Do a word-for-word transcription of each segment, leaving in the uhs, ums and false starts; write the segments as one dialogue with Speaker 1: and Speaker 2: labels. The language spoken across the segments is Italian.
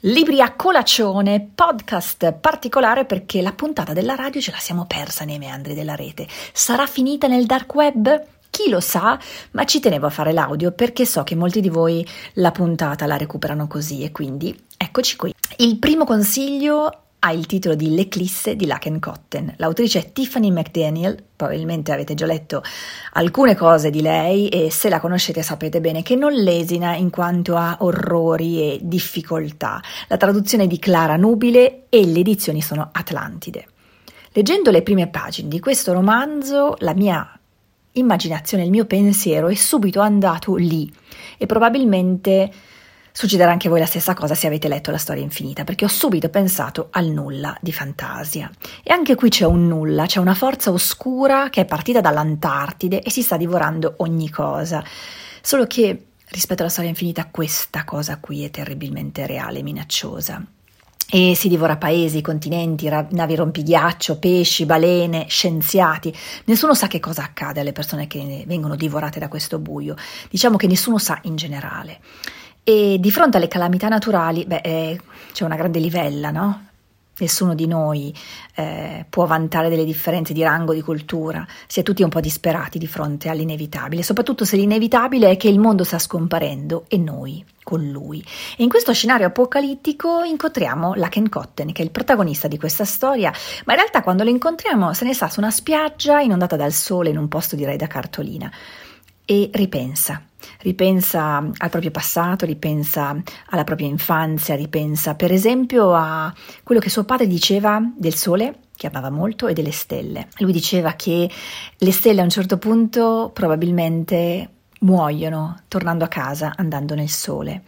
Speaker 1: Libri a colazione, podcast particolare perché la puntata della radio ce la siamo persa nei meandri della rete. Sarà finita nel dark web? Chi lo sa, ma ci tenevo a fare l'audio perché so che molti di voi la puntata la recuperano così e quindi eccoci qui. Il primo consiglio ha il titolo di L'Eclisse di Laken Cotton. L'autrice è Tiffany McDaniel, probabilmente avete già letto alcune cose di lei e se la conoscete sapete bene che non lesina in quanto a orrori e difficoltà. La traduzione è di Clara Nubile e le edizioni sono Atlantide. Leggendo le prime pagine di questo romanzo, la mia immaginazione, il mio pensiero è subito andato lì e probabilmente succederà anche a voi la stessa cosa se avete letto La storia infinita, perché ho subito pensato al nulla di Fantasia. E anche qui c'è un nulla, c'è una forza oscura che è partita dall'Antartide e si sta divorando ogni cosa. Solo che rispetto alla storia infinita questa cosa qui è terribilmente reale e minacciosa. E si divora paesi, continenti, ra- navi rompighiaccio, pesci, balene, scienziati. Nessuno sa che cosa accade alle persone che vengono divorate da questo buio. Diciamo che nessuno sa in generale. E di fronte alle calamità naturali, beh, eh, c'è una grande livella, no? Nessuno di noi eh, può vantare delle differenze di rango, di cultura, si è tutti un po' disperati di fronte all'inevitabile, soprattutto se l'inevitabile è che il mondo sta scomparendo e noi con lui. E in questo scenario apocalittico incontriamo Laken Cotton, che è il protagonista di questa storia, ma in realtà quando lo incontriamo se ne sta su una spiaggia inondata dal sole in un posto direi da cartolina e ripensa. Ripensa al proprio passato, ripensa alla propria infanzia, ripensa per esempio a quello che suo padre diceva del sole, che amava molto, e delle stelle. Lui diceva che le stelle a un certo punto probabilmente muoiono tornando a casa, andando nel sole.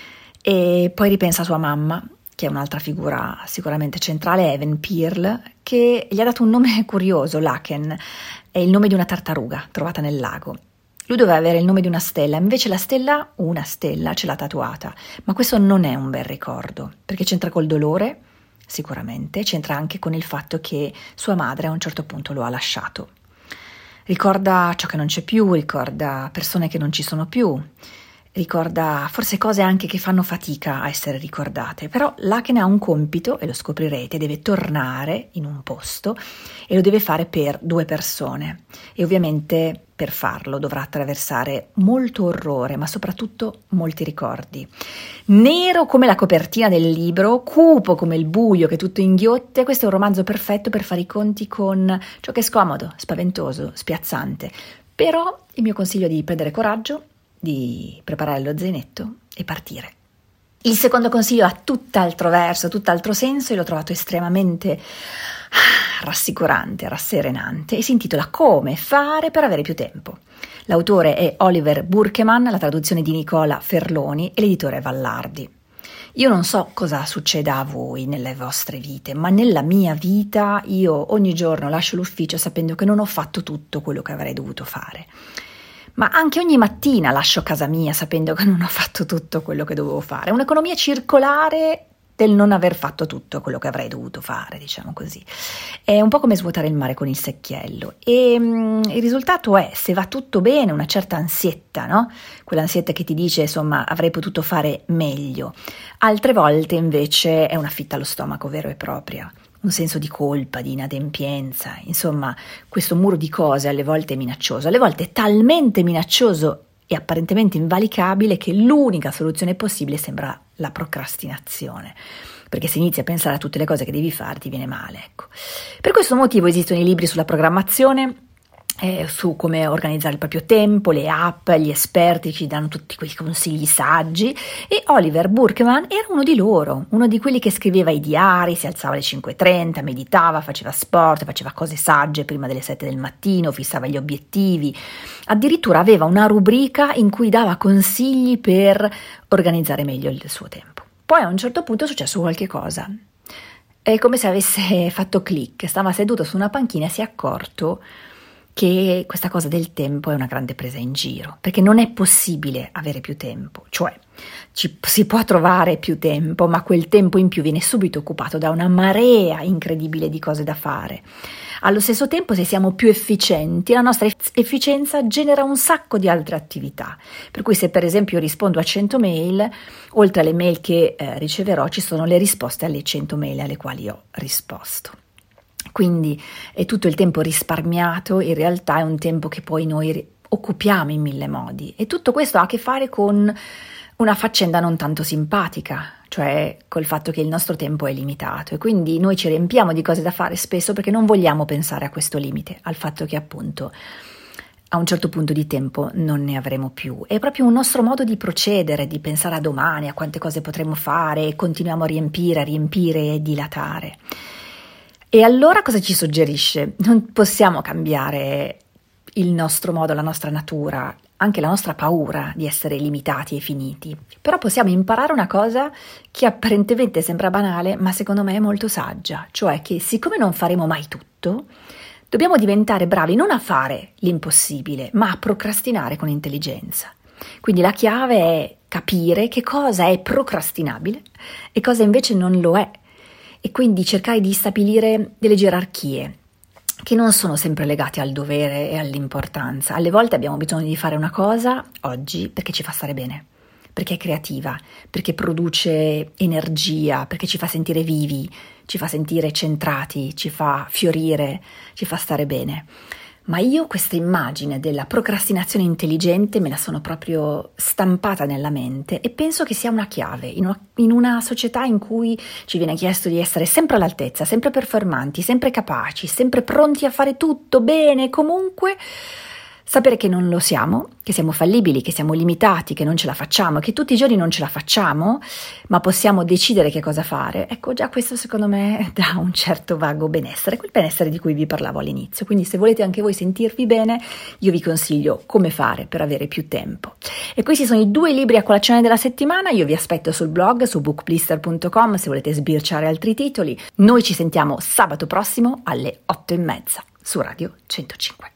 Speaker 1: E poi ripensa a sua mamma, che è un'altra figura sicuramente centrale, Evan Pearl, che gli ha dato un nome curioso, Laken, è il nome di una tartaruga trovata nel lago. Lui doveva avere il nome di una stella, invece la stella, una stella, ce l'ha tatuata. Ma questo non è un bel ricordo, perché c'entra col dolore, sicuramente, c'entra anche con il fatto che sua madre a un certo punto lo ha lasciato. Ricorda ciò che non c'è più, ricorda persone che non ci sono più, ricorda forse cose anche che fanno fatica a essere ricordate, però Laken ha un compito, e lo scoprirete, deve tornare in un posto e lo deve fare per due persone e ovviamente per farlo dovrà attraversare molto orrore, ma soprattutto molti ricordi. Nero come la copertina del libro, cupo come il buio che tutto inghiotte, questo è un romanzo perfetto per fare i conti con ciò che è scomodo, spaventoso, spiazzante. Però il mio consiglio è di prendere coraggio, di preparare lo zainetto e partire. Il secondo consiglio ha tutt'altro verso, tutt'altro senso e l'ho trovato estremamente rassicurante, rasserenante e si intitola Come fare per avere più tempo. L'autore è Oliver Burkeman, la traduzione di Nicola Ferloni e l'editore è Vallardi. Io non so cosa succeda a voi nelle vostre vite, ma nella mia vita io ogni giorno lascio l'ufficio sapendo che non ho fatto tutto quello che avrei dovuto fare. Ma anche ogni mattina lascio casa mia sapendo che non ho fatto tutto quello che dovevo fare. Un'economia circolare del non aver fatto tutto quello che avrei dovuto fare, diciamo così. È un po' come svuotare il mare con il secchiello. E mh, il risultato è, se va tutto bene, una certa ansietta, no? Quell'ansietta che ti dice, insomma, avrei potuto fare meglio. Altre volte, invece, è una fitta allo stomaco vero e propria. Un senso di colpa, di inadempienza, insomma, questo muro di cose alle volte è minaccioso, alle volte è talmente minaccioso e apparentemente invalicabile che l'unica soluzione possibile sembra la procrastinazione, perché se inizi a pensare a tutte le cose che devi fare ti viene male, ecco. Per questo motivo esistono i libri sulla programmazione, Eh, su come organizzare il proprio tempo, le app, gli esperti ci danno tutti quei consigli saggi e Oliver Burkeman era uno di loro, uno di quelli che scriveva i diari, si alzava alle cinque e trenta, meditava, faceva sport, faceva cose sagge prima delle sette del mattino, fissava gli obiettivi, addirittura aveva una rubrica in cui dava consigli per organizzare meglio il suo tempo. Poi a un certo punto è successo qualche cosa, è come se avesse fatto click, stava seduto su una panchina e si è accorto che questa cosa del tempo è una grande presa in giro, perché non è possibile avere più tempo, cioè ci, si può trovare più tempo, ma quel tempo in più viene subito occupato da una marea incredibile di cose da fare. Allo stesso tempo, se siamo più efficienti, la nostra efficienza genera un sacco di altre attività, per cui se per esempio rispondo a cento mail, oltre alle mail che eh, riceverò ci sono le risposte alle cento mail alle quali ho risposto. Quindi è tutto il tempo risparmiato, in realtà è un tempo che poi noi occupiamo in mille modi, e tutto questo ha a che fare con una faccenda non tanto simpatica, cioè col fatto che il nostro tempo è limitato, e quindi noi ci riempiamo di cose da fare spesso perché non vogliamo pensare a questo limite, al fatto che appunto a un certo punto di tempo non ne avremo più. È proprio un nostro modo di procedere, di pensare a domani, a quante cose potremo fare, e continuiamo a riempire, a riempire e dilatare. E allora cosa ci suggerisce? Non possiamo cambiare il nostro modo, la nostra natura, anche la nostra paura di essere limitati e finiti. Però possiamo imparare una cosa che apparentemente sembra banale, ma secondo me è molto saggia, cioè che siccome non faremo mai tutto, dobbiamo diventare bravi non a fare l'impossibile, ma a procrastinare con intelligenza. Quindi la chiave è capire che cosa è procrastinabile e cosa invece non lo è, e quindi cercare di stabilire delle gerarchie che non sono sempre legate al dovere e all'importanza. Alle volte abbiamo bisogno di fare una cosa oggi perché ci fa stare bene, perché è creativa, perché produce energia, perché ci fa sentire vivi, ci fa sentire centrati, ci fa fiorire, ci fa stare bene. Ma io questa immagine della procrastinazione intelligente me la sono proprio stampata nella mente, e penso che sia una chiave in una, in una società in cui ci viene chiesto di essere sempre all'altezza, sempre performanti, sempre capaci, sempre pronti a fare tutto bene, comunque. Sapere che non lo siamo, che siamo fallibili, che siamo limitati, che non ce la facciamo, che tutti i giorni non ce la facciamo, ma possiamo decidere che cosa fare, ecco, già questo secondo me dà un certo vago benessere, quel benessere di cui vi parlavo all'inizio. Quindi se volete anche voi sentirvi bene, io vi consiglio come fare per avere più tempo. E questi sono i due libri a colazione della settimana. Io vi aspetto sul blog, su book blister punto com, se volete sbirciare altri titoli. Noi ci sentiamo sabato prossimo alle otto e mezza su Radio centocinque.